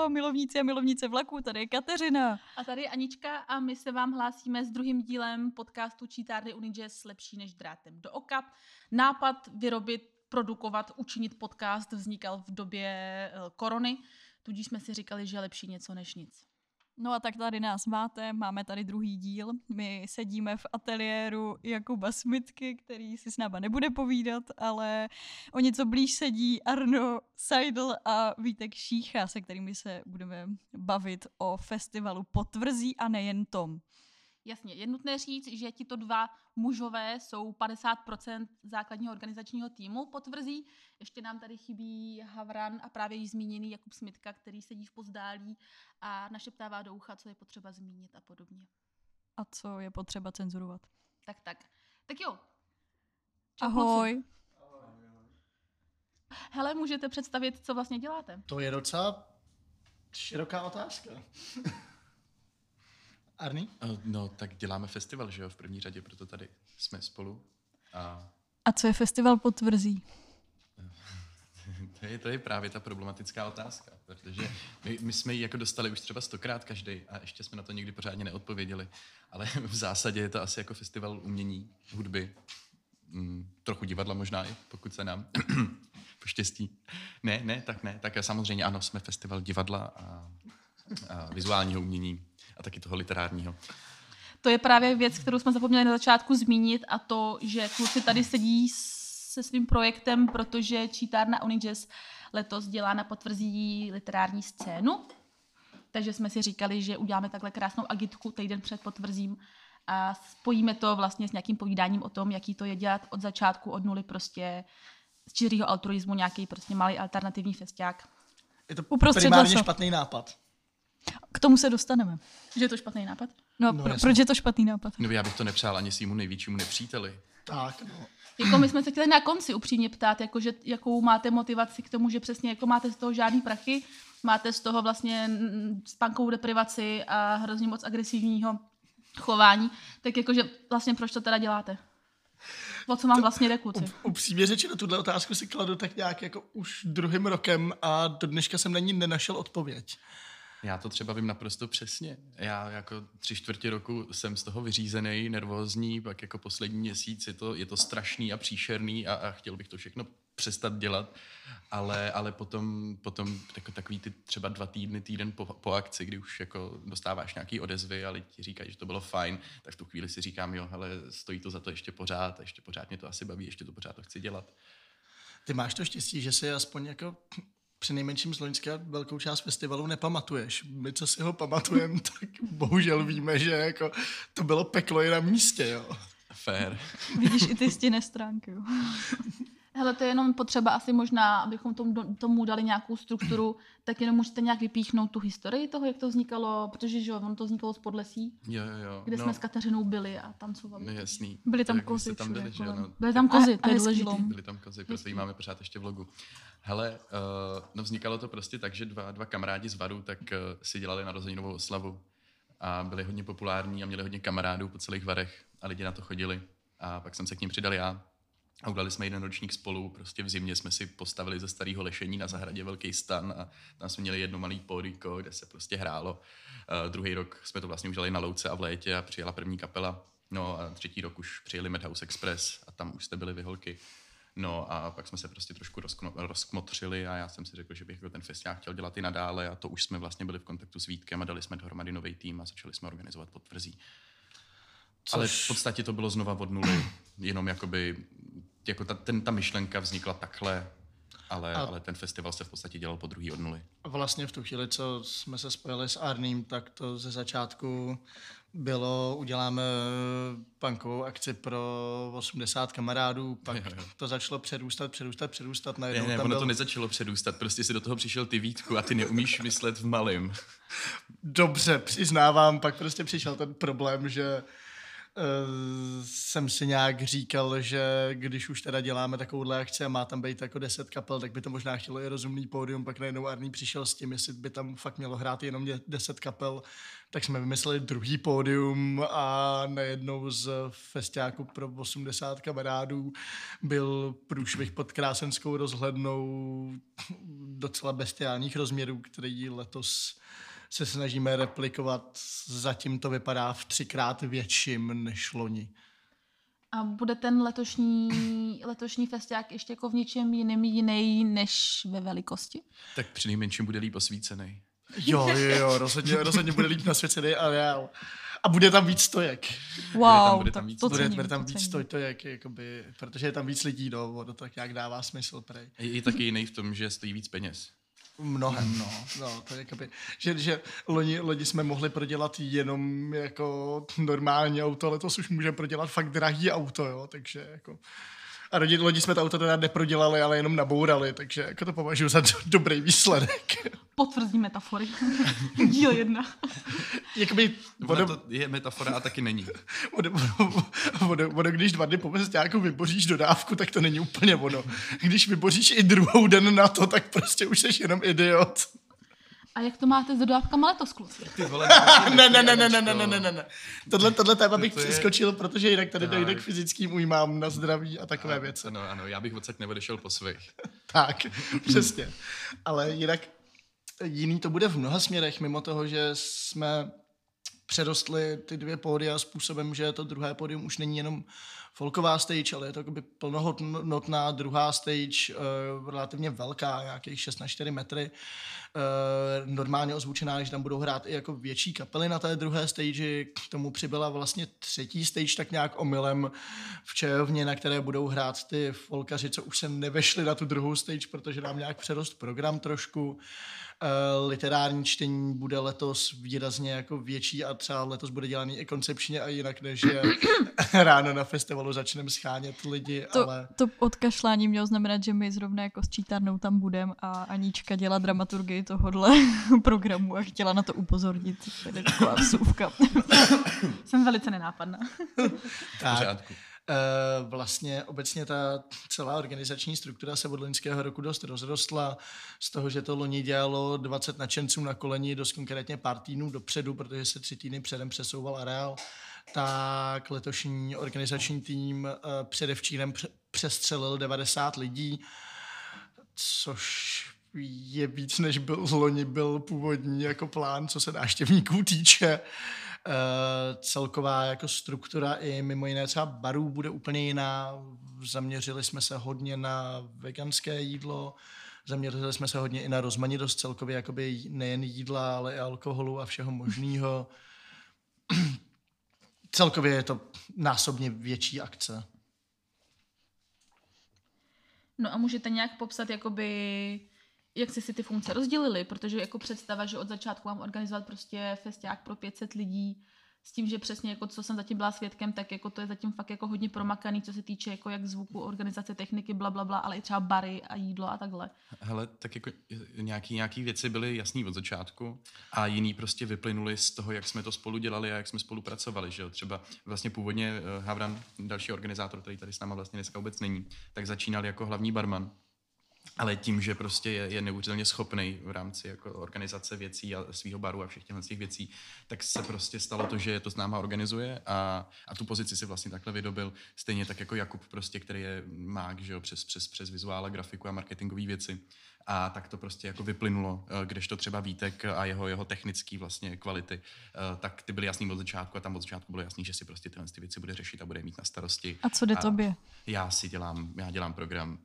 Čau, milovníci a milovnice vlaku, tady je Kateřina. A tady je Anička a my se vám hlásíme s druhým dílem podcastu Čítárny Unijazz lepší než drátem do oka. Nápad vyrobit, produkovat, učinit podcast vznikal v době korony, tudíž jsme si říkali, že je lepší něco než nic. No a tak tady nás máte, máme tady druhý díl. My sedíme v ateliéru Jakuba Smitky, který si s náma nebude povídat, ale o něco blíž sedí Arno Seidl a Vítek Šícha, se kterými se budeme bavit o festivalu Potvrzí a nejen tom. Jasně, je nutné říct, že tito dva mužové jsou 50% základního organizačního týmu Potvrzí. Ještě nám tady chybí Havran a právě již zmíněný Jakub Smitka, který sedí v pozdálí a našeptává do ucha, co je potřeba zmínit a podobně. A co je potřeba cenzurovat. Tak jo. Čau, ahoj. Hele, můžete představit, co vlastně děláte? To je docela široká otázka. Arny? No, tak děláme festival, že jo, v první řadě, proto tady jsme spolu. A co je festival Potvrzí? To je právě ta problematická otázka, protože my jsme ji jako dostali už třeba 100krát každý a ještě jsme na to nikdy pořádně neodpověděli. Ale v zásadě je to asi jako festival umění, hudby, trochu divadla možná i, pokud se nám poštěstí. Ne, tak samozřejmě ano, jsme festival divadla a vizuálního umění a taky toho literárního. To je právě věc, kterou jsme zapomněli na začátku zmínit, a to, že kluci tady sedí se svým projektem, protože Čítárna Unijazz letos dělá na Potvrzí literární scénu. Takže jsme si říkali, že uděláme takhle krásnou agitku týden před Potvrzím a spojíme to vlastně s nějakým povídáním o tom, jaký to je dělat od začátku, od nuly, prostě z čirého altruismu, nějaký prostě malý alternativní festiák. Je to primárně špatný nápad. K tomu se dostaneme. Že je to špatný nápad? No proč je to špatný nápad? No já bych to nepřál ani svýmu největšímu nepříteli. Tak, no. Jako my jsme se chtěli na konci upřímně ptát, jakože, jakou máte motivaci k tomu, že přesně jako máte z toho žádný prachy, máte z toho vlastně spánkovou deprivaci a hrozně moc agresivního chování, tak jakože vlastně proč to teda děláte? O co vám vlastně jde, kluci? Upřímně řečeno, tuhle otázku si kladu tak nějak jako už druhým rokem a do dneška jsem na ní nenašel odpověď. Já to třeba vím naprosto přesně. Já jako 3/4 roku jsem z toho vyřízený, nervózní, pak jako poslední měsíc je to strašný a příšerný a chtěl bych to všechno přestat dělat, ale potom takový ty třeba 2 týdny, týden po akci, kdy už jako dostáváš nějaký odezvy a lidi ti říkají, že to bylo fajn, tak v tu chvíli si říkám, jo, hele, stojí to za to ještě pořád mě to asi baví, ještě to pořád to chci dělat. Ty máš to štěstí, že si aspoň jako přinejmenším z loňska velkou část festivalu nepamatuješ. My, co si ho pamatujeme, tak bohužel víme, že jako to bylo peklo i na místě, jo. Fair. Vidíš i ty stinné stránky, jo. Hele, to je jenom potřeba asi možná, abychom tomu dali nějakou strukturu, tak jenom můžete nějak vypíchnout tu historii toho, jak to vznikalo, protože že on to vznikalo z Podlesí, jo, kde jsme s Kateřinou byli a tancovali. No jasný. Byly tam kozy. Byly tam kozy, to je důležité. Byly tam kozy, protože ji máme pořád ještě v logu. Hele, vznikalo to prostě tak, že dva kamarádi z Varu tak si dělali narozeninovou oslavu a byli hodně populární a měli hodně kamarádů po celých Varech a lidi na to chodili. A pak jsem se k ním přidal já a udělali jsme jeden ročník spolu. Prostě v zimě jsme si postavili ze starého lešení na zahradě velký stan a tam jsme měli jedno malý pódíko, kde se prostě hrálo. Druhý rok jsme to vlastně udělali na louce a v létě a přijela první kapela. No a 3. rok už přijeli Madhouse Express a tam už jste byli vy holky. No a pak jsme se prostě trošku rozkmotřili a já jsem si řekl, že bych ten festival chtěl dělat i nadále a to už jsme vlastně byli v kontaktu s Vítkem a dali jsme dohromady nový tým a začali jsme organizovat Potvrzí. Ale v podstatě to bylo znova od nuly, jenom jakoby, jako ta myšlenka vznikla takhle, ale ten festival se v podstatě dělal po druhý od nuly. Vlastně v tu chvíli, co jsme se spojili s Arným, tak to ze začátku bylo, uděláme punkovou akci pro 80 kamarádů, pak to začalo přerůstat. Ne, ono to nezačalo přerůstat, prostě si do toho přišel ty, Vítku, a ty neumíš myslet v malým. Dobře, přiznávám, pak prostě přišel ten problém, že jsem si nějak říkal, že když už teda děláme takovouhle akci a má tam být jako 10 kapel, tak by to možná chtělo i rozumný pódium, pak najednou Arný přišel s tím, jestli by tam fakt mělo hrát jenom 10 kapel, tak jsme vymysleli druhý pódium a najednou z festiáku pro 80 kamarádů byl průšvih pod Krásenskou rozhlednou docela bestiálních rozměrů, který letos se snažíme replikovat. Zatím to vypadá v 3x větším než loni. A bude ten letošní festiák ještě jako v něčem jiném jiný než ve velikosti? Tak přinejmenším bude líp osvícený. Jo, rozhodně bude líp nasvěcený areál. A bude tam víc stojek. Wow, bude tam tak víc- to Bude cením, tam to víc cením. stojek, jakoby, protože je tam víc lidí, no, to tak nějak dává smysl, prej. Je taky jiný v tom, že stojí víc peněz. Mnohem, no, to je jakoby, že loni jsme mohli prodělat jenom jako normální auto, letos už můžeme prodělat fakt drahý auto, jo, takže jako... A loni jsme to auto teda neprodělali, ale jenom nabourali, takže jako to považuji za dobrý výsledek. Potvrzí metafory. Díl 1. Jakoby, Ona to je metafora a taky není. ono, když 2 dny po festiáku vyboříš dodávku, tak to není úplně ono. Když vyboříš i druhou den na to, tak prostě už jsi jenom idiot. A jak to máte s dodávkama letos, kluci? Ty vole, Ne. Tohle téma bych To je- přeskočil, protože jinak tady Tak. dojde k fyzickým újmám na zdraví a takové věci. Ano, já bych odsaď neodešel po svých. Tak, přesně. Ale jinak jiný to bude v mnoha směrech, mimo toho, že jsme přerostli ty 2 pódia způsobem, že to druhé pódium už není jenom folková stage, ale je to jakoby plnohodnotná druhá stage, relativně velká, nějakých 6x4 metry, normálně ozvučená, že tam budou hrát i jako větší kapely na té druhé stage. K tomu přibyla vlastně třetí stage tak nějak omylem v Čejovně, na které budou hrát ty folkaři, co už se nevešli na tu druhou stage, protože nám nějak přerost program trošku. Literární čtení bude letos výrazně jako větší a třeba letos bude dělaný i koncepčně a jinak, než je ráno na festivalu začneme schánět lidi, ale... To odkašlání mělo znamenat, že my zrovna jako s čítárnou tam budem a Anička dělá dramaturgii tohodle programu a chtěla na to upozornit. To je taková vsuvka. Jsem velice nenápadná. Tak, Pořádku. vlastně obecně ta celá organizační struktura se od loňského roku dost rozrostla z toho, že to loni dělalo 20 nadšenců na koleni, dost konkrétně pár týdnů dopředu, protože se 3 týdny předem přesouval areál, tak letošní organizační tým předevčírem přestřelil 90 lidí, což je víc, než loni byl původní jako plán, co se návštěvníků týče. Celková jako struktura i mimo jiné třeba barů bude úplně jiná. Zaměřili jsme se hodně na veganské jídlo, zaměřili jsme se hodně i na rozmanitost celkově jakoby nejen jídla, ale i alkoholu a všeho možného. Celkově je to násobně větší akce. No a můžete nějak popsat, jakoby, jak jste si ty funkce rozdělili, protože jako představa, že od začátku mám organizovat prostě festiák pro 500 lidí, s tím, že přesně jako co jsem zatím byla svědkem, tak jako to je zatím fakt jako hodně promakaný, co se týče jako jak zvuku, organizace techniky, blablabla, ale i třeba bary a jídlo a takhle. Hele, tak jako nějaký věci byly jasný od začátku a jiný prostě vyplynuly z toho, jak jsme to spolu dělali a jak jsme spolupracovali, že jo. Třeba vlastně původně Havran, další organizátor, který tady s náma vlastně dneska vůbec není, tak začínal jako hlavní barman. Ale tím, že prostě je neuvěřitelně schopný v rámci jako organizace věcí a svého baru a všech těch věcí, tak se prostě stalo to, že to s náma organizuje a tu pozici si vlastně takhle vydobil. Stejně tak jako Jakub prostě, který je mák, že jo, přes vizuála, grafiku a marketingové věci. A tak to prostě jako vyplynulo, kdežto třeba Vítek a jeho technický vlastně kvality, tak ty byly jasný od začátku a tam od začátku bylo jasný, že si prostě tyhle ty věci bude řešit a bude mít na starosti. A co jde tobě? Já dělám program.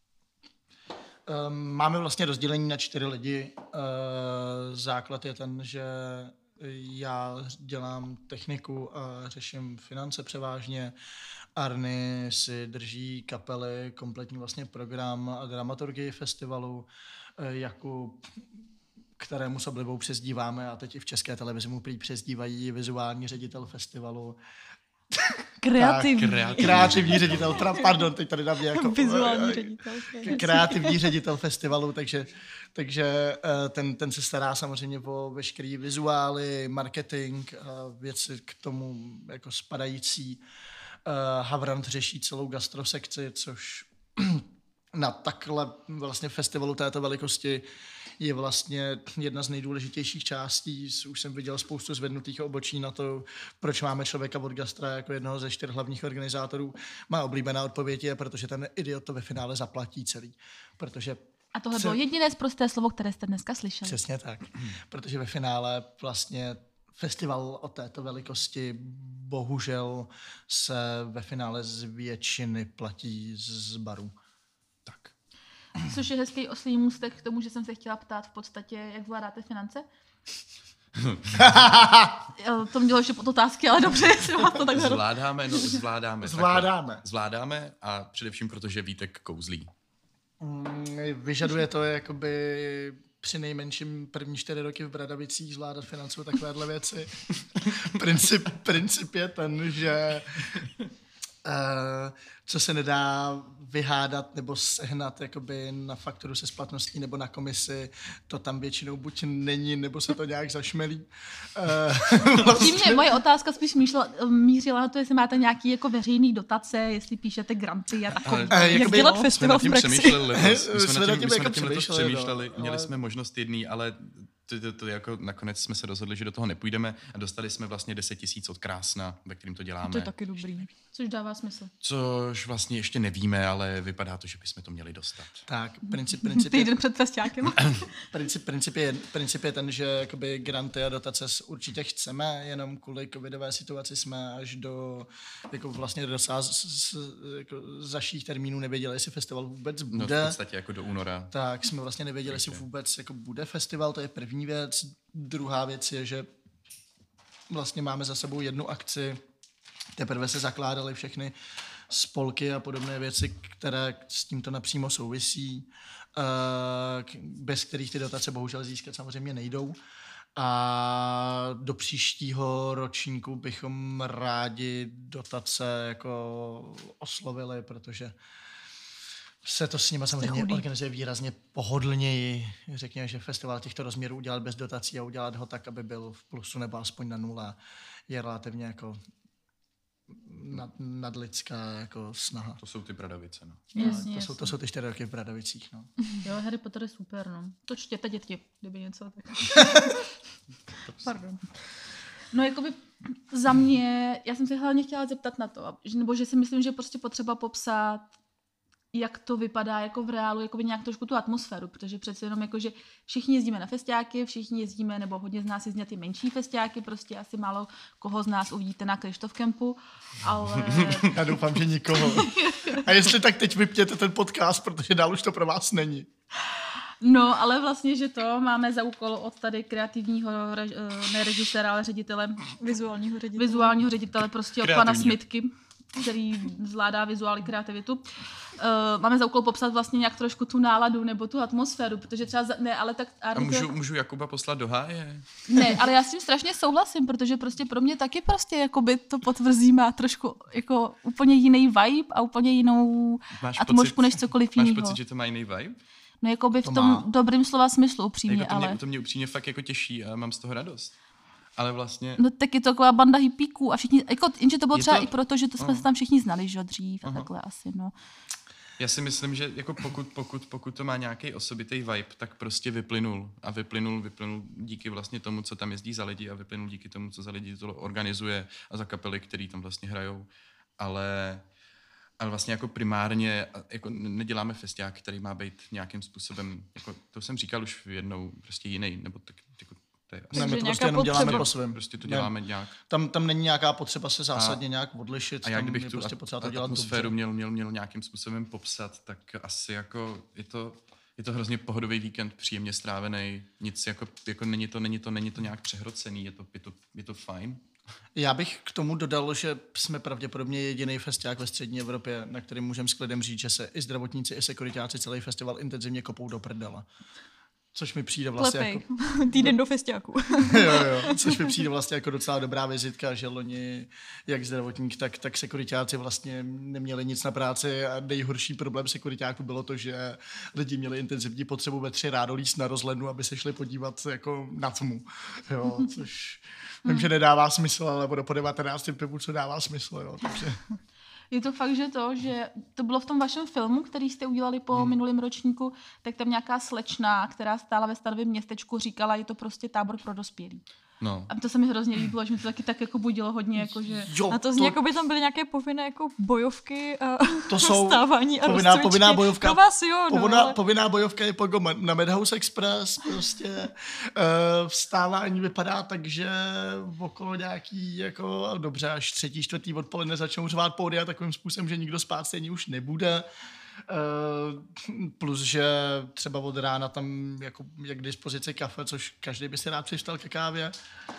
Máme vlastně rozdělení na 4 lidi. Základ je ten, že já dělám techniku a řeším finance převážně. Arny si drží kapely, kompletní vlastně program a dramaturgii festivalu. Jakub, kterému s oblibou přezdíváme a teď i v České televizi mu prý přezdívají vizuální ředitel festivalu. Kreativní ředitel, pardon, teď tady na mě jako... Vizuální ředitel. Kreativní ředitel festivalu, takže ten se stará samozřejmě o veškerý vizuály, marketing, věci k tomu jako spadající. Havrant řeší celou gastrosekci, což na takhle vlastně festivalu této velikosti je vlastně jedna z nejdůležitějších částí. Už jsem viděl spoustu zvednutých obočí na to, proč máme člověka od gastra jako jednoho ze 4 hlavních organizátorů. Má oblíbená odpověď je, protože ten idiot to ve finále zaplatí celý. Protože a tohle bylo jediné prosté slovo, které jste dneska slyšeli. Přesně tak. Protože ve finále vlastně festival o této velikosti bohužel se ve finále z většiny platí z barů. Tak. Což je hezký oslý můstek k tomu, že jsem se chtěla ptát v podstatě, jak zvládáte finance? To mělo ještě pod otázky, ale dobře, jestli vás to takhle... Zvládáme a především protože Vítek kouzlí. Vyžaduje to jakoby při nejmenším první 4 roky v Bradavicích zvládat financovat takovéhle věci. Princip je ten, že co se nedá vyhádat nebo sehnat jakoby na fakturu se splatností nebo na komisi, to tam většinou buď není, nebo se to nějak zašmelí. Vlastně... Moje otázka spíš mířila na to, jestli máte nějaký jako veřejný dotace, jestli píšete granty a takové. Jak dělat festival v praxi. My jsme nad tím letos přemýšleli, měli jsme možnost jedný, ale to jako nakonec jsme se rozhodli, že do toho nepůjdeme a dostali jsme vlastně 10 000 od Krásna, ve kterým to děláme. To je taky dobrý. Což dává smysl. Což vlastně ještě nevíme, ale vypadá to, že bychom to měli dostat. Tak, princip týden před festiákem. Princip je ten, že jakoby granty a dotace určitě chceme, jenom kvůli covidové situaci jsme až do jako vlastně do jako zaších termínů nevěděli, jestli festival vůbec bude. No v podstatě jako do února. Tak jsme vlastně nevěděli, jestli vůbec jako bude festival, to je první věc. Druhá věc je, že vlastně máme za sebou jednu akci, teprve se zakládaly všechny spolky a podobné věci, které s tímto napřímo souvisí, bez kterých ty dotace bohužel získat samozřejmě nejdou. A do příštího ročníku bychom rádi dotace jako oslovili, protože se to s nimi samozřejmě organizuje výrazně pohodlněji. Řekněme, že festival těchto rozměrů udělat bez dotací a udělat ho tak, aby byl v plusu nebo aspoň na 0, je relativně jako nadlidská jako snaha. To jsou ty Bradavice, no. Jasně, to jsou ty 4 roky v Bradavicích, no. Jo, Harry Potter je super, no. To čtěte, děti, kdyby něco tak. Pardon. No, jakoby za mě, já jsem se hlavně chtěla zeptat na to, nebo že si myslím, že je prostě potřeba popsat, jak to vypadá jako v reálu, jakoby nějak trošku tu atmosféru, protože přece jenom jako, že všichni jezdíme na festiáky, všichni jezdíme, nebo hodně z nás jezdí na ty menší festiáky, prostě asi málo koho z nás uvidíte na Krištof Campu, ale... Já doufám, že nikoho. A jestli tak teď vypněte ten podcast, protože dál už to pro vás není. No, ale vlastně, že to máme za úkol od tady kreativního, ne režiséra, ale ředitele. Vizuálního ředitele, prostě od pana Smitky, který zvládá vizuální kreativitu. Máme za úkol popsat vlastně nějak trošku tu náladu nebo tu atmosféru, protože třeba, ne, ale tak... A můžu Jakuba poslat do háje? Ne, ale já s tím strašně souhlasím, protože prostě pro mě taky prostě jakoby to potvrzí, má trošku jako úplně jiný vibe a úplně jinou atmosféru než cokoliv jiného. Máš pocit, že to má jiný vibe? No jakoby v tom dobrým slova smyslu upřímně, jako ale... To mě upřímně fakt jako těší a mám z toho radost. Ale vlastně... No tak je to taková banda hippíků a všichni, jako, jenže to bylo třeba i proto, že to jsme se tam všichni znali, že dřív a takhle asi, no. Já si myslím, že jako pokud to má nějaký osobitý vibe, tak prostě vyplynul díky vlastně tomu, co tam jezdí za lidi a vyplynul díky tomu, co za lidi to organizuje a za kapely, který tam vlastně hrajou. Ale vlastně jako primárně jako neděláme festiák, který má být nějakým způsobem, jako to jsem říkal už jednou, prostě jiný, nebo tak jako ne, my to prostě jenom děláme po svém. Prostě to děláme nějak. Tam není nějaká potřeba se zásadně nějak odlišit. A já kdybych tu prostě potřeba to dělat atmosféru měl nějakým způsobem popsat, tak asi jako je to hrozně pohodový víkend, příjemně strávený, nic jako není to nějak přehrocený, je to fajn. Já bych k tomu dodal, že jsme pravděpodobně jediný festiák ve střední Evropě, na kterém můžeme s klidem říct, že se i zdravotníci, i sekuritáci celý festival intenzivně kopou do prdele. Což mi přijde vlastně Klepej. jako... Týden do festiáku. jo, což mi přijde vlastně jako docela dobrá vizitka, že loni jak zdravotník, tak sekuritáci vlastně neměli nic na práci a nejhorší problém sekuritáků bylo to, že lidi měli intenzivní potřebu ve 3 ráno líst na rozhlednu, aby se šli podívat jako na tmu. Jo, což vím, že nedává smysl, ale po 19. pivu, co dává smysl. Jo, takže... Je to fakt, že to bylo v tom vašem filmu, který jste udělali po minulém ročníku, tak tam nějaká slečna, která stála ve stanovém městečku, říkala, je to prostě tábor pro dospělí. No. A to se mi hrozně líbilo, že mi to taky tak jako budilo hodně, jako že... Jo, A to zní, jako by tam byly nějaké povinné jako bojovky a to jsou stávání a rozcvičky. povinná bojovka. Pro vás jo, ale... Povinná bojovka je na Madhouse Express, prostě vstávání vypadá tak, že okolo nějaký, jako dobře, až 3., 4. odpoledne začnou řvát pódia takovým způsobem, že nikdo spát stejně už nebude. Plus, že třeba od rána tam jako je k dispozici kafe, což každý by si rád přivstal ke kávě.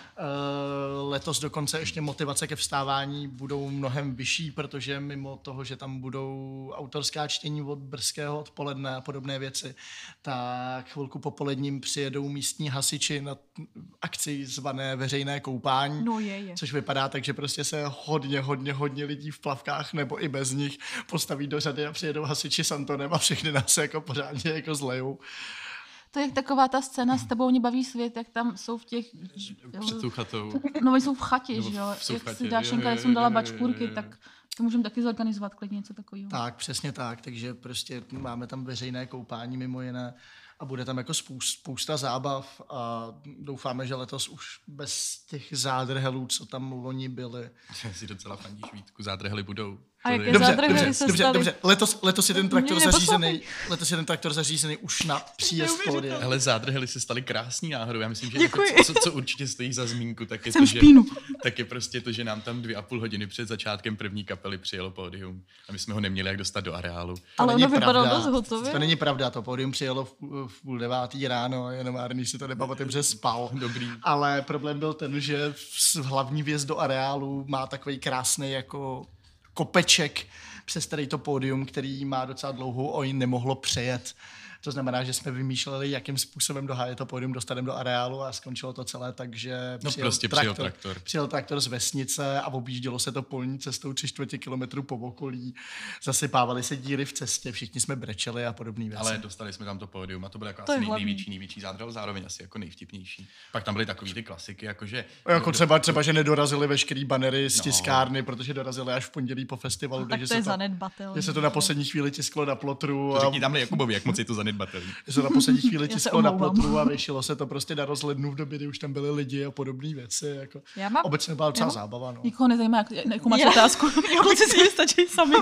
Letos dokonce ještě motivace ke vstávání budou mnohem vyšší, protože mimo toho, že tam budou autorská čtení od brzkého odpoledne a podobné věci, tak chvilku po poledním přijedou místní hasiči na akci zvané veřejné koupání, No je. což vypadá tak, že prostě se hodně lidí v plavkách nebo i bez nich postaví do řady a přijedou hasiči s Antonem a všechny nás jako pořádně jako zlejou. To je taková ta scéna S tebou mě baví svět, jak tam jsou v těch... Před tou chatou. No, oni jsou v chatě, Nebo že jo? jsou v Jak chatě, si Dášenka, jo, jak jsem dala jo, bačkůrky, jo. tak to můžeme taky zorganizovat klidně něco takového. Tak, přesně tak, takže prostě máme tam veřejné koupání mimo jiné a bude tam jako spousta zábav a doufáme, že letos už bez těch zádrhelů, co tam loni byly. Já si docela fandíš, Vítku, zádrhely budou. A To jaké je- zádrhely se staly? Dobře. Letos je ten traktor Mě zařízený už na příjezd pódia. Hele, zádrhely se staly krásný náhodou. Já myslím, že Děkuji. jako, co určitě stojí za zmínku, tak je Jsem to, že, špínu. tak je prostě to, že nám tam 2,5 hodiny před začátkem první kapely přijelo pódium a my jsme ho neměli jak dostat do areálu. Ale není ono vypadalo pravda. dost hotově. To není pravda, to pódium přijelo v 8:30 ráno, jenom Arný si to nepamatuje, že spal. Dobrý. Ale problém byl ten, že hlavní vjezd do areálu má takový krásný jako kopeček, přes který to pódium, který má docela dlouhou oj, nemohlo přejet. To znamená, že jsme vymýšleli, jakým způsobem dohájet to pódium dostaneme do areálu a skončilo to celé tak, že přijel traktor z vesnice a objíždělo se to polní cestou 3/4 kilometru po okolí. Zasypávaly se díry v cestě, všichni jsme brečeli a podobné věci. Ale dostali jsme tam to pódium a to bylo jako To asi je hlavní. největší zádrhel, zároveň asi jako nejvtipnější. Pak tam byly takový ty klasiky, jakože... Jako třeba, že nedorazili veškerý banery z tiskárny, protože dorazili až v pondělí po festivalu. Tak takže to je se zanedbatelné. že se to na poslední chvíli tisklo na plotru. To A řekni tamhle Jakubovi, jak moc je to zanedbatelný. že se na poslední chvíli Já se tisklo na omlouvám. plotru a vyšilo se to prostě na rozhlednu v době, kdy už tam byly lidi a podobné věci. Jako. Já mám... Obecně byla docela zábava. No. Nikoho nezajímá, jakou máš Já- otázku. Kluci si vystačí sami.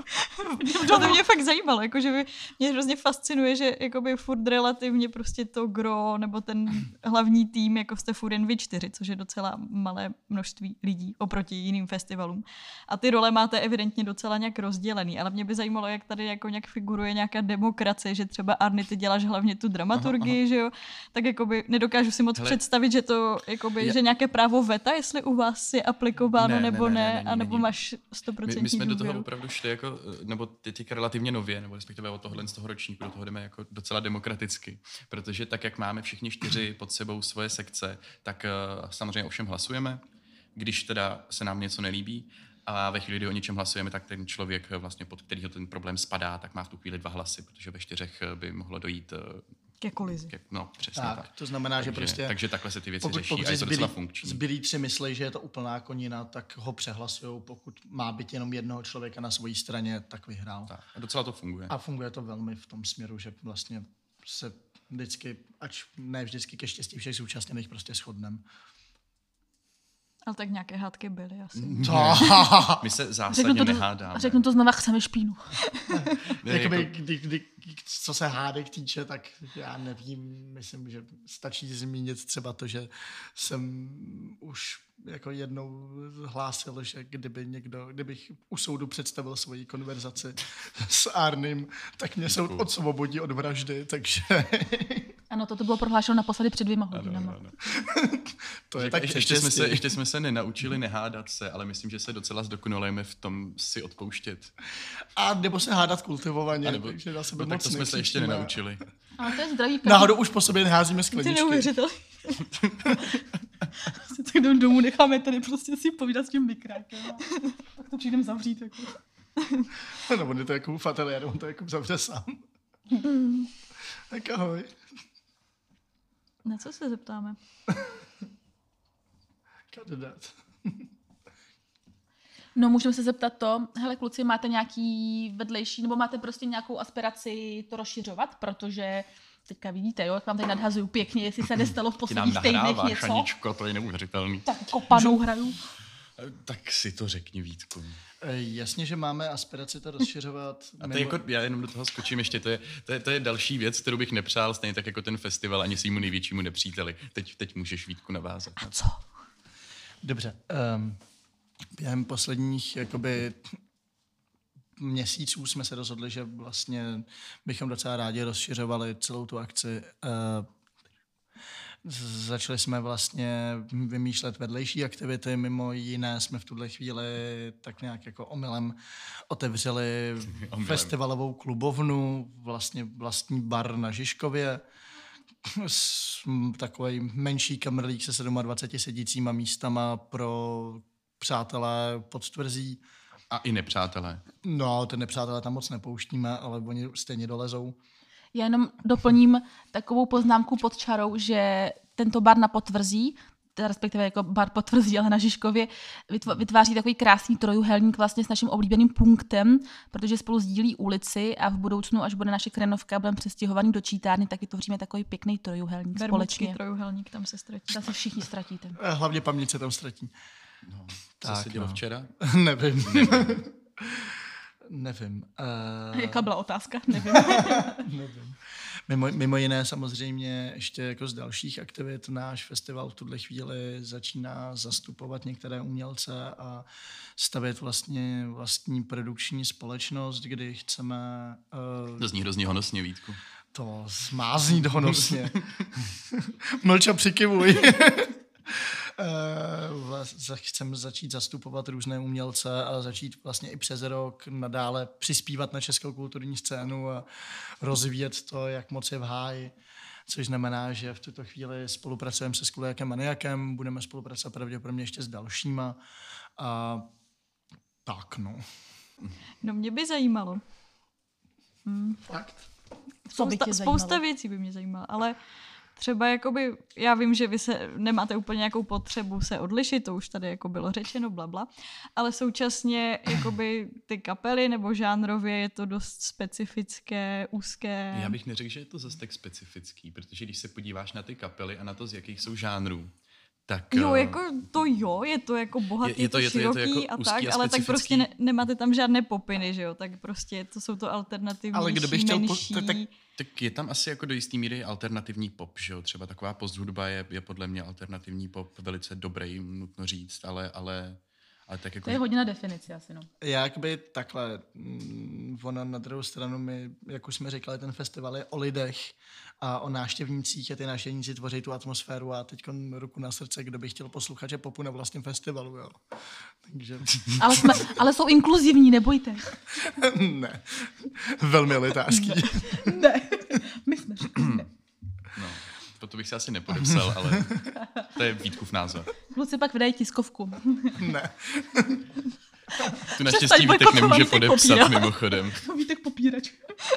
To mě fakt zajímalo, jakože mě hrozně fascinuje, že jakoby furt relativně prostě to gro, nebo ten hlavní tým, jako jste furt jen vy 4, což je docela malé množství lidí oproti jiným festivalům. A ty role máte evidentně docela nějak rozdělený, ale mě by zajímalo, jak tady jako nějak figuruje nějaká demokracie, že třeba Arny, ty děláš hlavně tu dramaturgii, že jo, tak jakoby nedokážu si moc představit, že to jakoby, že nějaké právo veta, jestli u vás je aplikováno nebo ne, anebo máš 100% My jsme do toho důvěru. opravdu šli jako, nebo teďka relativně nově, nebo respektive od tohohle z toho ročníku, do toho jdeme jako docela demokraticky, protože tak, jak máme všichni 4 pod sebou svoje sekce, tak samozřejmě o všem hlasujeme, když teda se nám něco nelíbí, a ve chvíli, kdy o něčem hlasujeme, tak ten člověk, vlastně pod kterýho ten problém spadá, tak má v tu chvíli 2 hlasy, protože ve 4 by mohlo dojít Ke kolizi. no, přesně Tak, to znamená, že prostě... Takže takhle se ty věci řeší Pokud a je to docela funkční. zbylí 3 myslí, že je to úplná konina, tak ho přehlasujou. Pokud má být jenom jednoho člověka na své straně, tak vyhrál. Tak, a docela to funguje. A funguje to velmi v tom směru, že vlastně se vždycky, ač ne vždycky ke štěstí všech zúčastněných, prostě shodneme. Ale tak nějaké hádky byly asi. My se zásadně nehádáme. Řeknu to znova, chceme špínu. Jakoby, co se hádek týče, tak já nevím, myslím, že stačí zmínit třeba to, že jsem už jako jednou hlásil, že kdybych u soudu představil svoji konverzaci s Arnym, tak mě soud odsvobodí od vraždy, takže... Ano, toto bylo prohlášeno naposledy před 2 hodinami. Ano. To je tak ještě jsme se nenaučili nehádat se, ale myslím, že se docela zdokonalujeme v tom si odpouštět. A nebo se hádat kultivovaně, nebo, takže na sebe tak moc to jsme se ještě nenaučili. Ale to je zdravý. Náhodou už po sobě neházíme Ty skleničky. neuvěřitelný. Tak jdem domů, necháme tady prostě si povídat s tím mikrákem. Tak to přijdem zavřít. Jako. No, on je to jako v ateliéru, on to jako zavře sám. Tak ahoj. Na co se zeptáme? Kandidát. No, můžeme se zeptat to, hele kluci, máte nějaký vedlejší, nebo máte prostě nějakou aspiraci to rozšiřovat, protože teďka vidíte, jo, jak vám tady nadhazuju pěkně, jestli se nestalo v posledních týdnech něco. Aničko, to je neuvěřitelný. Tak kopanou hraju. Tak si to řekni, Vítku. Jasně, že máme aspiraci to rozšiřovat. A to jako, já jenom do toho skočím ještě, to je další věc, kterou bych nepřál, stejně tak jako ten festival ani svýmu největšímu nepříteli. Teď můžeš, Vítku, navázat. A co? Dobře. Během posledních jakoby měsíců jsme se rozhodli, že vlastně bychom docela rádi rozšiřovali celou tu akci. Začali jsme vlastně vymýšlet vedlejší aktivity, mimo jiné jsme v tuhle chvíli tak nějak jako omylem otevřeli festivalovou klubovnu, vlastně vlastní bar na Žižkově, takový menší kamrlík se 27 sedícíma místama pro přátelé Podstvrzí. A i nepřátelé. No, ty nepřátelé tam moc nepouštíme, ale oni stejně dolezou. Já jenom doplním takovou poznámku pod čarou, že tento bar na Podtvrzí, respektive jako bar Podtvrzí, ale na Žižkově, vytváří takový krásný trojuhelník vlastně s naším oblíbeným punktem, protože spolu sdílí ulici a v budoucnu, až bude naše Krenovka, budeme přestěhovaný do Čítárny, tak vytvoříme takový pěkný trojuhelník společně. Trojuhelník, tam se ztratí. Tam se všichni ztratíte. Hlavně paměť se tam ztratí. No, co se dělo včera? Nevím. Nevím. Jaká byla otázka? Nevím. Nevím. Mimo jiné samozřejmě ještě jako z dalších aktivit náš festival v tuhle chvíli začíná zastupovat některé umělce a stavět vlastně vlastní produkční společnost, kdy chceme... To zní hrozně honosně, Vítku. To má znít honosně. Mlča přikyvuj. Chceme začít zastupovat různé umělce a začít vlastně i přes rok nadále přispívat na českou kulturní scénu a rozvíjet to, jak moc je v háji. Což znamená, že v tuto chvíli spolupracujeme se Skuliakem Maniakem, budeme spolupracovat pravděpodobně ještě s dalšíma. A tak, no. No, mě by zajímalo. Fakt? Spousta věcí by mě zajímala, ale třeba jakoby, já vím, že vy nemáte úplně nějakou potřebu se odlišit, to už tady jako bylo řečeno, blabla, ale současně jakoby ty kapely nebo žánrově je to dost specifické, úzké. Já bych neřekl, že je to zase tak specifický, protože když se podíváš na ty kapely a na to, z jakých jsou žánrů, tak... Jo, jako to jo, je to jako bohatý, je to široký jako a tak, ale tak prostě nemáte tam žádné popiny, že jo, tak prostě to jsou to alternativnější, ale kdo by chtěl menší. Tak je tam asi jako do jistý míry alternativní pop, že jo? Třeba taková posthudba je podle mě alternativní pop velice dobrý, nutno říct, ale tak jako... To je hodně na definici asi, no. Jakby takhle, ona na druhou stranu, my, jak už jsme říkali, ten festival je o lidech a o návštěvnících a ty návštěvníci tvoří tu atmosféru a teď ruku na srdce, kdo by chtěl posluchače popu na vlastním festivalu, jo. Takže... ale jsou inkluzivní, nebojte. Ne, velmi elitářský. Ne, my jsme řekli ne. No, to bych se asi nepodepsal, ale to je Vítkův názor. Kluci pak vydají tiskovku. Ne. Tu naštěstí Vítek nemůže podepsat mimochodem. Vítek popírač.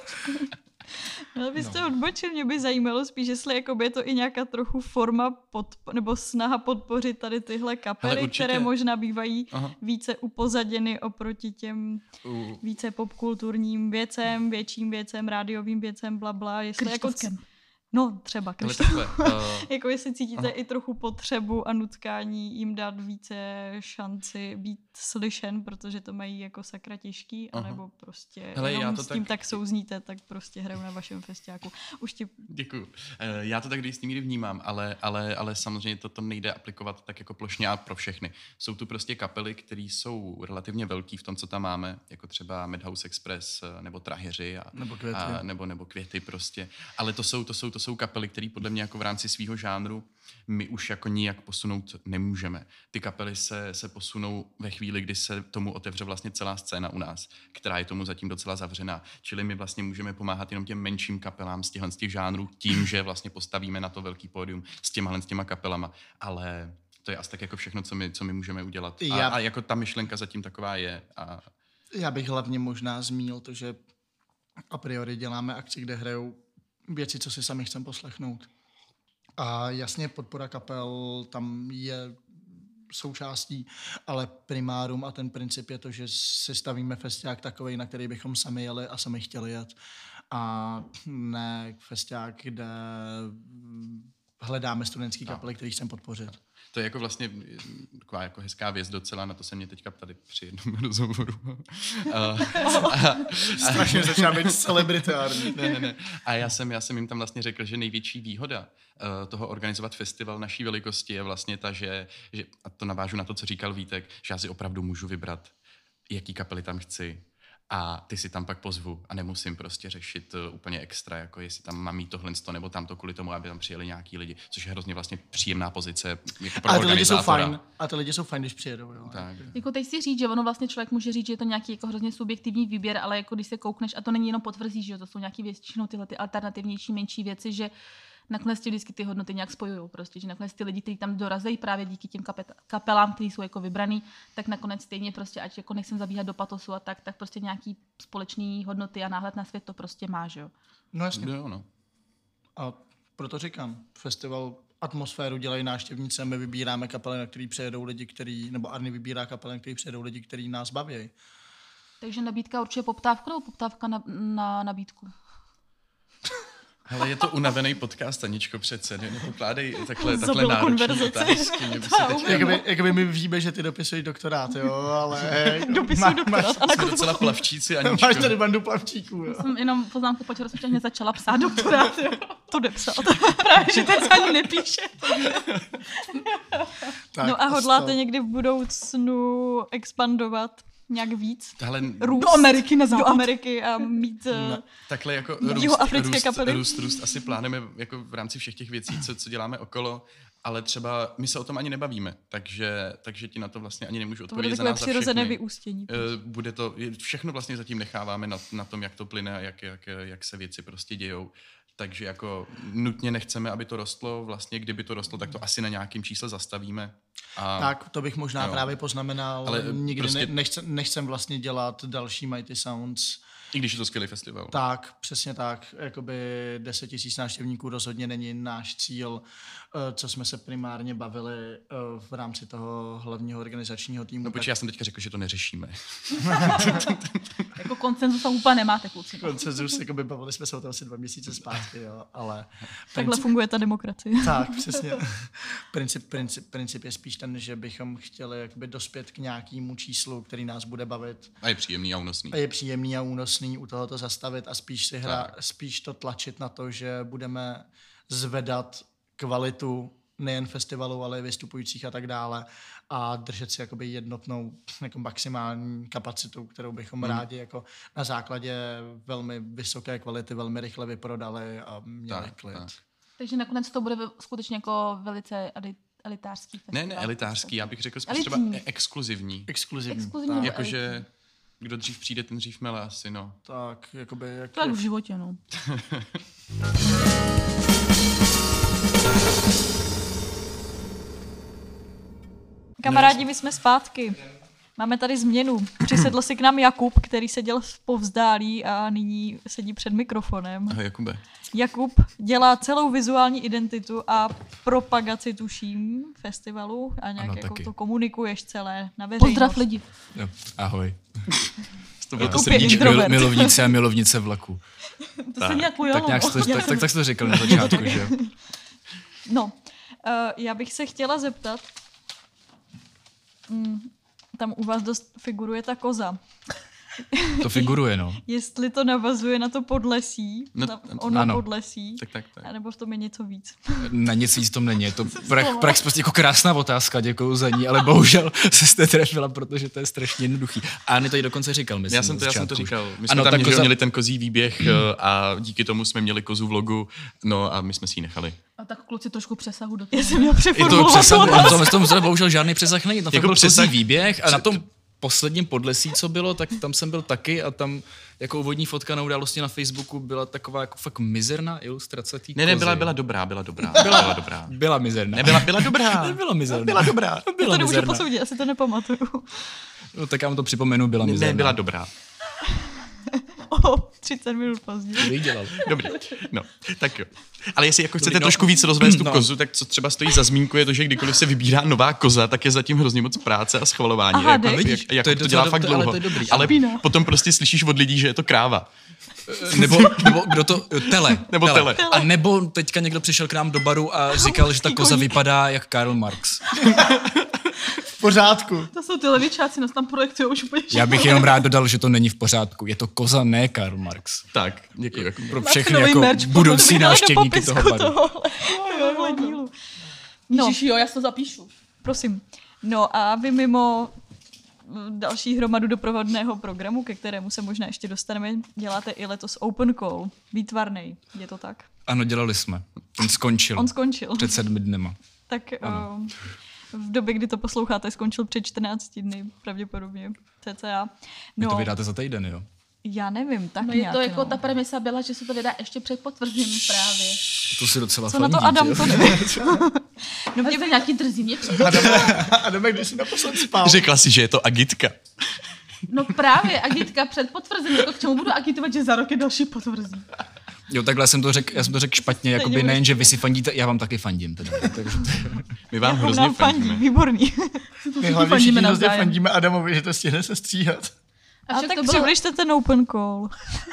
Ale vy jste odbočil, mě by zajímalo spíš, jestli jakoby je to i nějaká trochu forma nebo snaha podpořit tady tyhle kapely, které možná bývají více upozaděny oproti těm více popkulturním věcem, větším věcem, rádiovým věcem, blabla. Jestli jako no, třeba jako jestli cítíte i trochu potřebu a nutkání jim dát více šanci být slyšen, protože to mají jako sakra těžký, anebo prostě jenom s tím tak souzníte, tak prostě hraju na vašem festiáku. Děkuju. Já to tak do jistý míry vnímám, ale samozřejmě to nejde aplikovat tak jako plošně a pro všechny. Jsou tu prostě kapely, které jsou relativně velký v tom, co tam máme, jako třeba Madhouse Express nebo Traheři nebo Květy prostě. Ale to jsou to jsou kapely, které podle mě jako v rámci svého žánru my už jako nijak posunout nemůžeme. Ty kapely se posunou ve chvíli, kdy se tomu otevře vlastně celá scéna u nás, která je tomu zatím docela zavřená. Čili my vlastně můžeme pomáhat jenom těm menším kapelám z těch žánrů tím, že vlastně postavíme na to velký pódium s těma kapelama. Ale to je asi tak jako všechno, co my můžeme udělat. A jako ta myšlenka zatím taková je. Já bych hlavně možná zmínil to, že a priori děláme akci, kde hrajou věci, co si sami chceme poslechnout. A jasně podpora kapel tam je součástí, ale primárum a ten princip je to, že si stavíme festiák takovej, na který bychom sami jeli a sami chtěli jet. A ne festiák, kde hledáme studentský kapely, který chceme podpořit. To je jako vlastně taková jako hezká věc docela, na to se mě teďka tady při jednom rozhovoru. Strašně začíná být celebritární. Ne. A já jsem jim tam vlastně řekl, že největší výhoda toho organizovat festival naší velikosti je vlastně ta, že a to navážu na to, co říkal Vítek, že já si opravdu můžu vybrat, jaký kapely tam chci. A ty si tam pak pozvu a nemusím prostě řešit úplně extra, jako jestli tam mám mít tohle nebo tamto kvůli tomu, aby tam přijeli nějaký lidi, což je hrozně vlastně příjemná pozice jako pro organizátora. A ty lidi jsou fajn, když přijedou. Jo. Tak. Jako teď si říct, že ono vlastně člověk může říct, že je to nějaký jako hrozně subjektivní výběr, ale jako když se koukneš, a to není jenom potvrzí, že to jsou nějaký většinou tyhle ty alternativnější, menší věci, že nakonec ti vždycky ty hodnoty nějak spojují, prostě, že nakonec ty lidi, kteří tam dorazejí právě díky těm kapelám, kteří jsou jako vybraný, tak nakonec stejně prostě, ať jako nechcem zabíhat do patosu a tak prostě nějaký společný hodnoty a náhled na svět to prostě má, že jo. No jasně. Jo, no. A proto říkám, festival atmosféru dělají návštěvníci, my vybíráme kapely, na který přijedou lidi, nebo Arny vybírá kapely, na který přijedou lidi, kteří nás baví. Takže nabídka určuje poptávku nebo poptávka na nabídku? Hele, je to unavený podcast, Aničko, přece. Nepokládej takhle náročný otázky. Jakoby my víme, že ty dopisuješ doktorát, jo, ale... Dopisuji doktorát a jsme docela plavčíci, Aničko. Máš tady bandu plavčíků, jo. Jsem jenom poznámku po rozpočtech začala psát doktorát, jo. To jde psát. Právě, že teď se ani nepíše. Tak, no a hodláte někdy v budoucnu expandovat nějak víc? Do Ameriky na západ. Do Ameriky a mít takhle jako růst asi plánujeme jako v rámci všech těch věcí, co děláme okolo, ale třeba my se o tom ani nebavíme, takže ti na to vlastně ani nemůžu odpovědět za nás za všechny. To bude takové přirozené vyústění. Bude to, všechno vlastně zatím necháváme na tom, jak to plyne a jak se věci prostě dějou. Takže jako nutně nechceme, aby to rostlo. Vlastně kdyby to rostlo, tak to asi na nějakém čísle zastavíme. Tak, to bych možná právě poznamenal. Ale nikdy prostě nechcem vlastně dělat další Mighty Sounds. I když je to skvělý festival. Tak, přesně tak. Jakoby 10 000 návštěvníků rozhodně není náš cíl, co jsme se primárně bavili v rámci toho hlavního organizačního týmu. No počkej, já jsem teďka řekl, že to neřešíme. Jako konsenzus a úplně nemáte, kluci. Konsenzus, jakoby bavili jsme se o tom asi 2 měsíce zpátky, jo, ale... Takhle funguje ta demokracie. Tak, přesně. Princip je spíš ten, že bychom chtěli jakoby dospět k nějakému číslu, který nás bude bavit. A je příjemný a únosný. U tohoto zastavit a spíš to tlačit na to, že budeme zvedat kvalitu nejen festivalu, ale i vystupujících a tak dále a držet si jakoby jednotnou jako maximální kapacitu, kterou bychom rádi jako na základě velmi vysoké kvality velmi rychle vyprodali a měli klid. Tak. Takže nakonec to bude skutečně jako velice elitářský festival. Ne elitářský, já bych řekl spíš třeba exkluzivní. Exkluzivní. Jakože kdo dřív přijde, ten dřív mele asi, no. Tak, jakoby... Tak v životě, no. Kamarádi, my jsme zpátky. Máme tady změnu. Přisedl si k nám Jakub, který seděl povzdálí a nyní sedí před mikrofonem. Ahoj, Jakube. Jakub dělá celou vizuální identitu a propagaci, tuším, festivalu a nějak jako to komunikuješ celé na veřejnost. Pozdrav lidi. Jo, ahoj. To jsem milovnice a milovnice vlaku. To se nějak pojalo. Tak to říkal na začátku, že? No, já bych se chtěla zeptat, tam u vás dost figuruje ta koza. To figuruje, no. Jestli to navazuje na to Podlesí, No, ono ano. Podlesí, Tak. anebo v tom je něco víc. Na nic víc tom není. Je to prax prostě jako krásná otázka, děkuju za ní, ale bohužel se jste trefila, protože to je strašně jednoduchý. A Ani to i dokonce říkal, myslím. Já jsem to začátku. říkal. My jsme Ano, tam tak měli ten kozí výběh a díky tomu jsme měli kozu v logu, no a my jsme si ji nechali. A tak kluci trošku přesahu do toho. Já jsem měl Je to přeformulovat. přesah, to bohužel žádný přesah není. To Jako byl přesah- kozí výběh a na tom posledním Podlesí, co bylo, tak tam jsem byl taky a tam jako úvodní fotka na události na Facebooku byla taková jako fakt mizerná ilustrace té Ne, kozy. byla dobrá. Byla dobrá. Byla mizerná. Byla dobrá. Nebyla mizerná. Byla dobrá. To Byla nemůžu mizerná. posoudit, asi to nepamatuju. No, tak já vám to připomenu, byla mizerná. Ne, byla dobrá. O 30 minut později. To jí dělal. Dobrý, no, tak jo. Ale jestli jako chcete no. trošku víc rozvést tu No. kozu, tak co třeba stojí za zmínku je to, že kdykoliv se vybírá nová koza, tak je zatím hrozně moc práce a schvalování. Aha, jako, dej. Vidíš, jako to je to docela dělá fakt dobré, ale dlouho. to je dobrý. Ale Ano. potom prostě slyšíš od lidí, že je to kráva. Nebo kdo to... Tele. Nebo tele. A nebo teďka někdo přišel k nám do baru a říkal, že ta koza vypadá jak Karl Marx. V pořádku. To jsou ty levičáci, nás tam projektují už úplně. Já bych jenom rád dodal, že to není v pořádku. Je to koza, ne Karl Marx. Tak, děkuji. Jako. Pro Máte všechny nový jako merch, budoucí potom to dáme do návštěvníky popisku toho baru. tohohle dílu. No, Ježiši, jo, já si to zapíšu. prosím. No a vy mimo další hromadu doprovodného programu, ke kterému se možná ještě dostaneme, děláte i letos Open Call. Výtvarnej, je to tak? Ano, dělali jsme. Ten skončil. On skončil. Před 7 dnema. Tak v době, kdy to posloucháte, skončil před 14 dny, pravděpodobně, cca. Vy to No, vydáte za týden, jo? já nevím, tak No nějak, je to jako no. ta premisa byla, že se to vydá ještě před potvrzením právě. To si docela Co na to fandím, Adam, že jo? to nevím. No mě nějaký drzí mě před. Adame, když jsi naposled spal. Řekla si, že je to agitka. No právě, agitka před potvrzením, jako k čemu budu agitovat, že za rok je další potvrzí. Jo, takhle já jsem to řekl špatně, jakoby Stejně nejen, že vy si fandíte, já vám taky fandím. Teda. Takže, My vám On hrozně nám fandí, fandíme. výborný. My hlavně fandíme všichni hrozně navzájem. fandíme Adamovi, že to stihne se stříhat. A A však tak to bylo, přibližte ten Open Call.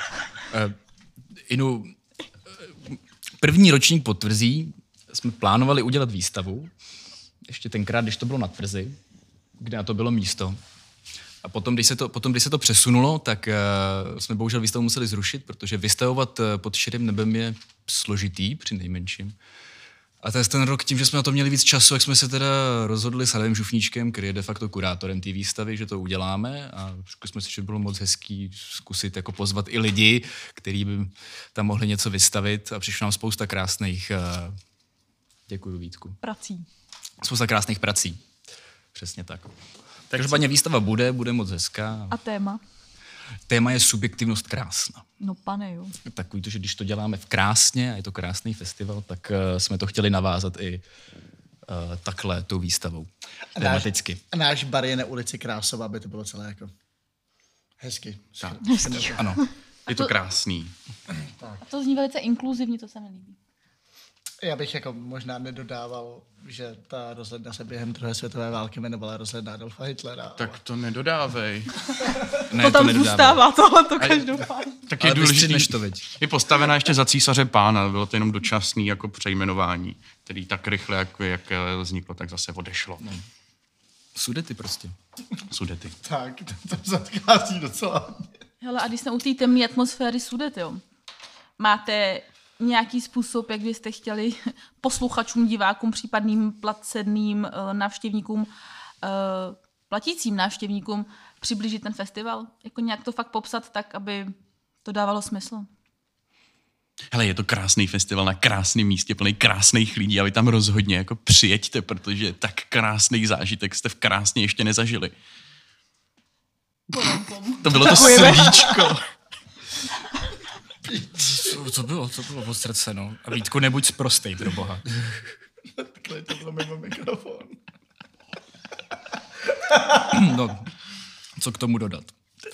Inu, první ročník potvrzí jsme plánovali udělat výstavu, ještě tenkrát, když to bylo na Tvrzi, kde na to bylo místo. A potom, když se to přesunulo, tak jsme bohužel výstavu museli zrušit, protože vystavovat pod širým nebem je složitý při nejmenším. A to je ten rok tím, že jsme na to měli víc času, jak jsme se teda rozhodli s Adamem Žufníčkem, který je de facto kurátorem té výstavy, že to uděláme a jsme si, že bylo moc hezký zkusit jako pozvat i lidi, kteří by tam mohli něco vystavit a přišlo nám spousta krásných, děkuju Vítku, Prací. spousta krásných prací. Přesně tak. Každopádně výstava bude moc hezká. A téma? Téma je subjektivnost krásna. No pane jo. Takový to, že když to děláme v krásně a je to krásný festival, tak jsme to chtěli navázat i takhle tou výstavou. Tematicky. A náš bar je na ulici Krásova, aby to bylo celé jako hezky. Ano. Je to krásný. a to zní velice inkluzivně, to se mi líbí. Já bych jako možná nedodával, že ta rozhledna se během druhé světové války jmenovala rozhledna Adolfa Hitlera. Tak to nedodávej. Ne, To tam nedodávám. zůstává tohleto každopádně. Tak je Ale důležitý, vystřihneš to, veď. je postavená ještě za císaře pána, bylo to jenom dočasný jako přejmenování, který tak rychle, jak vzniklo, tak zase odešlo. Sudety prostě. Sudety. Tak, to zadchází docela. Hele, a když jsme u té temné atmosféry Sudet, jo, máte nějaký způsob, jak byste chtěli posluchačům, divákům, případným placeným návštěvníkům, platícím návštěvníkům přiblížit ten festival? Jako nějak to fakt popsat tak, aby to dávalo smysl? Hele, je to krásný festival na krásném místě, plný krásných lidí a vy tam rozhodně jako přijeďte, protože tak krásný zážitek jste v krásně ještě nezažili. To bylo to srdíčko. To bylo od srdce, no. A Vítku, nebuď sprostej, pro boha. Takhle to bylo mimo mikrofon. No, co k tomu dodat?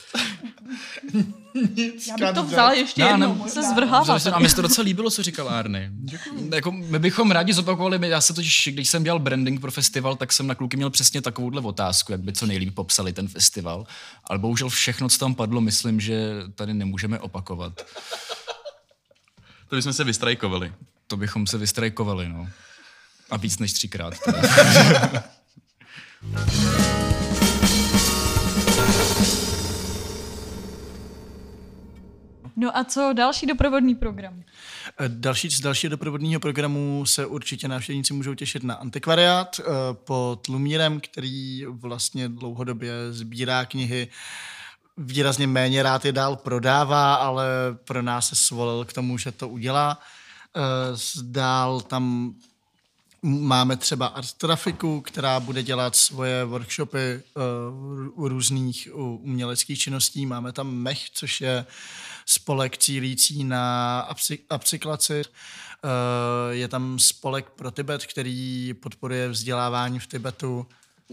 Já bych to vzala ještě Já jednou. ne- možná. Se zvrhává. A mně se to docela líbilo, co říkal Arny. Jako, my bychom rádi zopakovali, já se totiž, když jsem dělal branding pro festival, tak jsem na kluky měl přesně takovouhle otázku, jak by co nejlíp popsali ten festival. Ale bohužel všechno, co tam padlo, myslím, že tady nemůžeme opakovat. To bychom se vystrajkovali. To bychom se vystrajkovali, no. A víc než 3krát. No a co další doprovodný program? Z dalšího doprovodného programu se určitě návštěvníci můžou těšit na antikvariát pod Lumírem, který vlastně dlouhodobě sbírá knihy. Výrazně méně rád je dál prodává, ale pro nás se svolil k tomu, že to udělá. Dál tam máme třeba Art Trafiku, která bude dělat svoje workshopy u různých uměleckých činností. Máme tam MECH, což je spolek cílící na upcyklaci. Je tam spolek pro Tibet, který podporuje vzdělávání v Tibetu.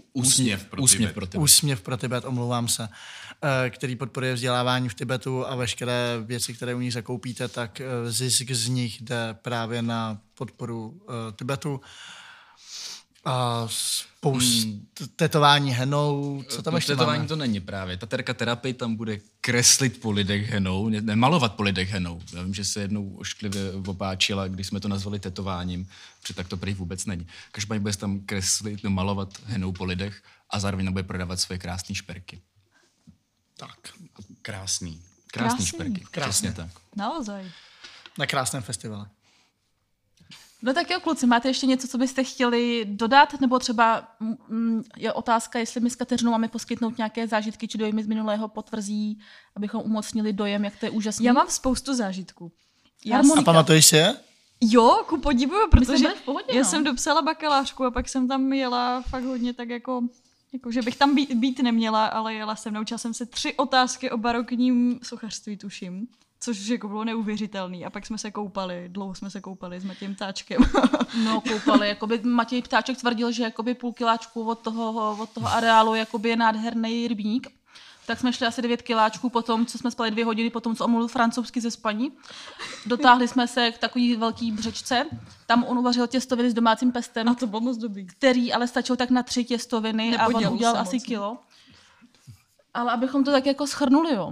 Úsměv pro Tibet, omlouvám se. Který podporuje vzdělávání v Tibetu a veškeré věci, které u nich zakoupíte, tak zisk z nich jde právě na podporu Tibetu. A tetování henou, co tam ještě tetování máme? to není právě. Ta terka terapie tam bude kreslit po lidech henou, nemalovat po lidech henou. Já vím, že se jednou ošklivě opáčila, když jsme to nazvali tetováním, protože tak to prý vůbec není. Každopádně bude tam kreslit, malovat henou po lidech a zároveň bude prodávat svoje krásné šperky. Tak. Krásný. Krásný šperky, přesně tak. Naozaj. Na krásném festivale. No tak jo, kluci, máte ještě něco, co byste chtěli dodat? Nebo třeba je otázka, jestli my s Kateřinou máme poskytnout nějaké zážitky či dojmy z minulého potvrzí, abychom umocnili dojem, jak to je úžasný. Já mám spoustu zážitků. A pamatuješ si je? Jo, ku podivu, My jsme protože byli v pohodě, já no. jsem dopsala bakalářku a pak jsem tam jela fakt hodně tak jako že bych tam být neměla, ale jela jsem, naučila jsem se 3 otázky o barokním sochařství, tuším. Což jako bylo neuvěřitelný. A pak jsme se koupali, dlouho jsme se koupali s Matějem Ptáčkem. No, koupali. Jakoby Matěj Ptáček tvrdil, že jakoby půl kiláčku od toho areálu jakoby je nádherný rybník. Tak jsme šli asi 9 kiláčků potom, co jsme spali 2 hodiny potom, co on mluvil francouzsky ze spaní. Dotáhli jsme se k takový velký břečce. Tam on uvařil těstoviny s domácím pestem. A to bylo moc dobrý. Který ale stačil tak na 3 těstoviny a on udělal asi moc. kilo. Ale abychom to tak jako shrnuli, jo.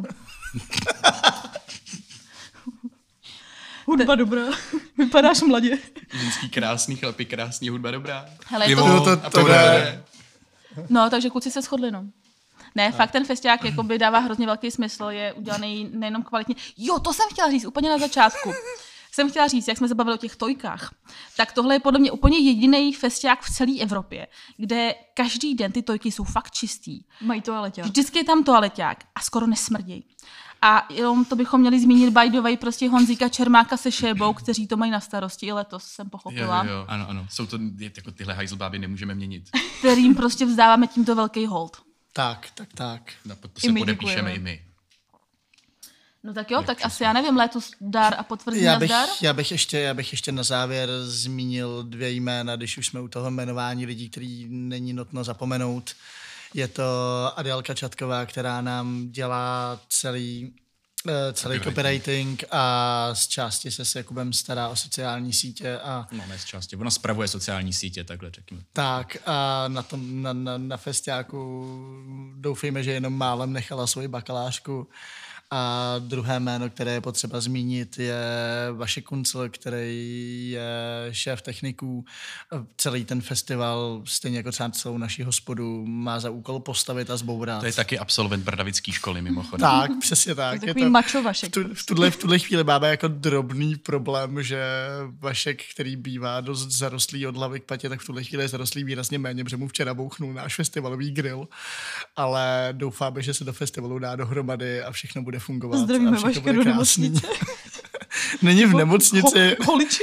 Hudba dobrá. Vypadáš mladě. Ženský krásný, chlapi krásný, hudba dobrá. Hele, Pivo, to... a to jde. No, takže kluci se shodli, no. Ne, fakt ten festiák jakoby dává hrozně velký smysl, je udělaný nejenom kvalitně. Jo, to jsem chtěla říct úplně na začátku. Jsem chtěla říct, jak jsme se bavili o těch tojkách, tak tohle je podle mě úplně jediný festiák v celé Evropě, kde každý den ty tojky jsou fakt čistý. Mají toaleťák. Vždycky je tam toaleťák a skoro nesmrdějí. A jenom to bychom měli zmínit by the way prostě Honzíka Čermáka se Šébou, kteří to mají na starosti, i letos jsem pochopila. Jo. Ano. Jsou to, jako tyhle hajzlbáby nemůžeme měnit. Kterým prostě vzdáváme tímto velký hold. Tak. No, to se podepíšeme i my. No tak jo, tak asi já nevím, letos dár a potvrzení nazdar. Já bych ještě na závěr zmínil 2 jména, když už jsme u toho jmenování lidí, který není nutno zapomenout. Je to Adélka Čatková, která nám dělá celý copywriting a z části se s Jakubem stará o sociální sítě. No, ne z části, ona spravuje sociální sítě, takhle řekněme. Tak a na festiáku doufejme, že jenom málem nechala svoji bakalářku. A druhé jméno, které je potřeba zmínit, je Vašek Kuncl, který je šéf techniků. Celý ten festival, stejně jako třeba celou naši hospodu, má za úkol postavit a zbourat. To je taky absolvent bradavické školy, mimochodem. Tak, přesně tak. To je takový mačo Vašek. V tuhle chvíli máme jako drobný problém, že Vašek, který bývá dost zarostlý od hlavy k patě, tak v tuhle chvíli je zarostlý výrazně méně, protože mu včera bouchnul náš festivalový grill. Ale doufáme, že se do festivalu dá dohromady a všechno bude fungovat. Zdravíme Vaška do nemocnice. Není v nemocnici. Holiči?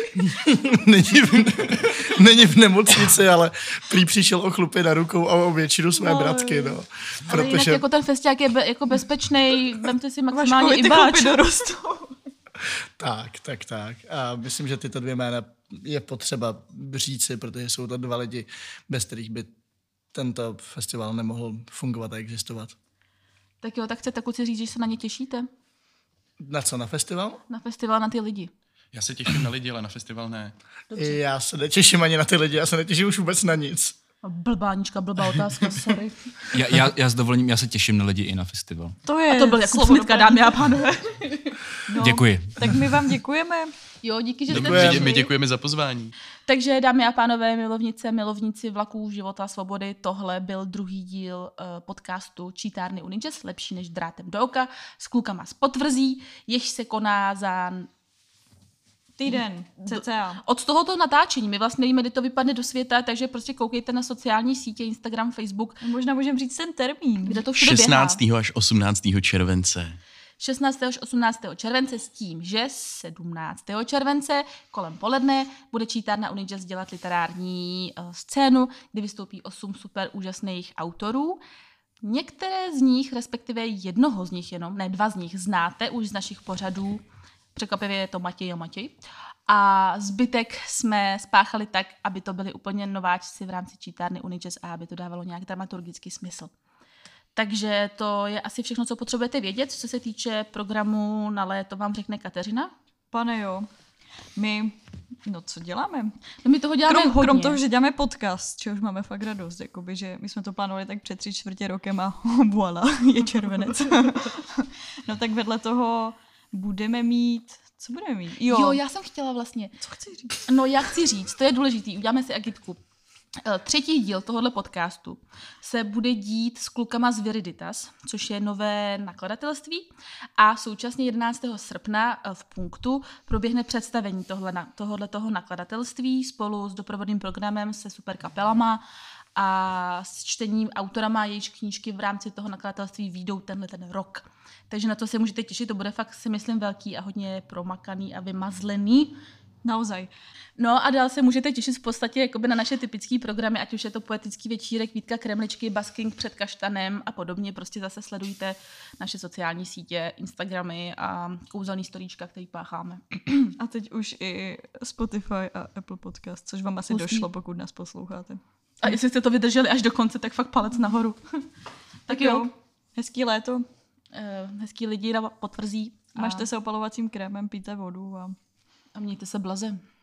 Není v nemocnici, ale prý přišel o chlupy na rukou a o většinu své bratky. No. Ale Protože... jinak jako ten festiák je jako bezpečnej, vemte si maximálně Vaškovi i ty báč. chlupy dorostou. Tak. A myslím, že tyto 2 jména je potřeba říci, protože jsou to 2 lidi, bez kterých by tento festival nemohl fungovat a existovat. Tak jo, tak chcete kluci říct, že se na ně těšíte? Na co, na festival? Na festival, na ty lidi. Já se těším na lidi, ale na festival ne. Dobře. Já se netěším ani na ty lidi, já se netěším už vůbec na nic. Blbá otázka, sorry. Já s dovolením, já se těším na lidi i na festival. To je A to byl jako slovo Smytka, do dámy a pánové. No, Děkuji. tak my vám děkujeme. Jo, díky, že jste Děkujeme. přišli. My děkujeme za pozvání. Takže, dámy a pánové, milovníci vlaků života a svobody, tohle byl druhý díl podcastu Čítárny Unijazz, lepší než drátem do oka, s klukama z Potvrzí, jež se koná za Týden, cca. od tohoto natáčení. My vlastně nevíme, kdy to vypadne do světa, takže prostě koukejte na sociální sítě, Instagram, Facebook, Možná můžeme říct ten termín. kde to všude 16. běhá. až 18. července. 16. až 18. července s tím, že 17. července kolem poledne bude Čítárna Unijazz dělat literární scénu, kdy vystoupí 8 super úžasných autorů. Některé z nich, respektive jednoho z nich jenom, ne 2 z nich, znáte už z našich pořadů. Překvapivě je to Matěj a Matěj. A zbytek jsme spáchali tak, aby to byli úplně nováčci v rámci Čítárny Unijazz a aby to dávalo nějak dramaturgický smysl. Takže to je asi všechno, co potřebujete vědět. Co se týče programu na léto, vám řekne Kateřina. Pane jo, no co děláme? No my toho děláme hodně. Krom toho, že děláme podcast, čehož máme fakt radost, jakoby, že my jsme to plánovali tak před 3/4 rokem a voilà, je červenec. No tak vedle toho budeme mít, co budeme mít? Jo, já jsem chtěla vlastně. Co chci říct? No já chci říct, to je důležitý, uděláme si agitku. 3. díl tohohle podcastu se bude dít s klukama z Viriditas, což je nové nakladatelství, a současně 11. srpna v Punktu proběhne představení tohoto nakladatelství spolu s doprovodným programem se super kapelama a s čtením autorama, jejichž knížky v rámci toho nakladatelství vyjdou ten rok. Takže na to se můžete těšit, to bude fakt, si myslím, velký a hodně promakaný a vymazlený. Naozaj. No a dál se můžete těšit v podstatě jakoby na naše typické programy, ať už je to poetický večírek, Vítka Kremličky, basking před kaštanem a podobně. Prostě zase sledujte naše sociální sítě, Instagramy a kouzelný storíčka, který pácháme. A teď už i Spotify a Apple Podcast, což vám asi Hustý. došlo, pokud nás posloucháte. A jestli jste to vydrželi až do konce, tak fakt palec nahoru. Tak jo, Hezký léto. hezký lidi na Potvrzí. Mažte se opalovacím krémem, pijte vodu a A mějte se blaze.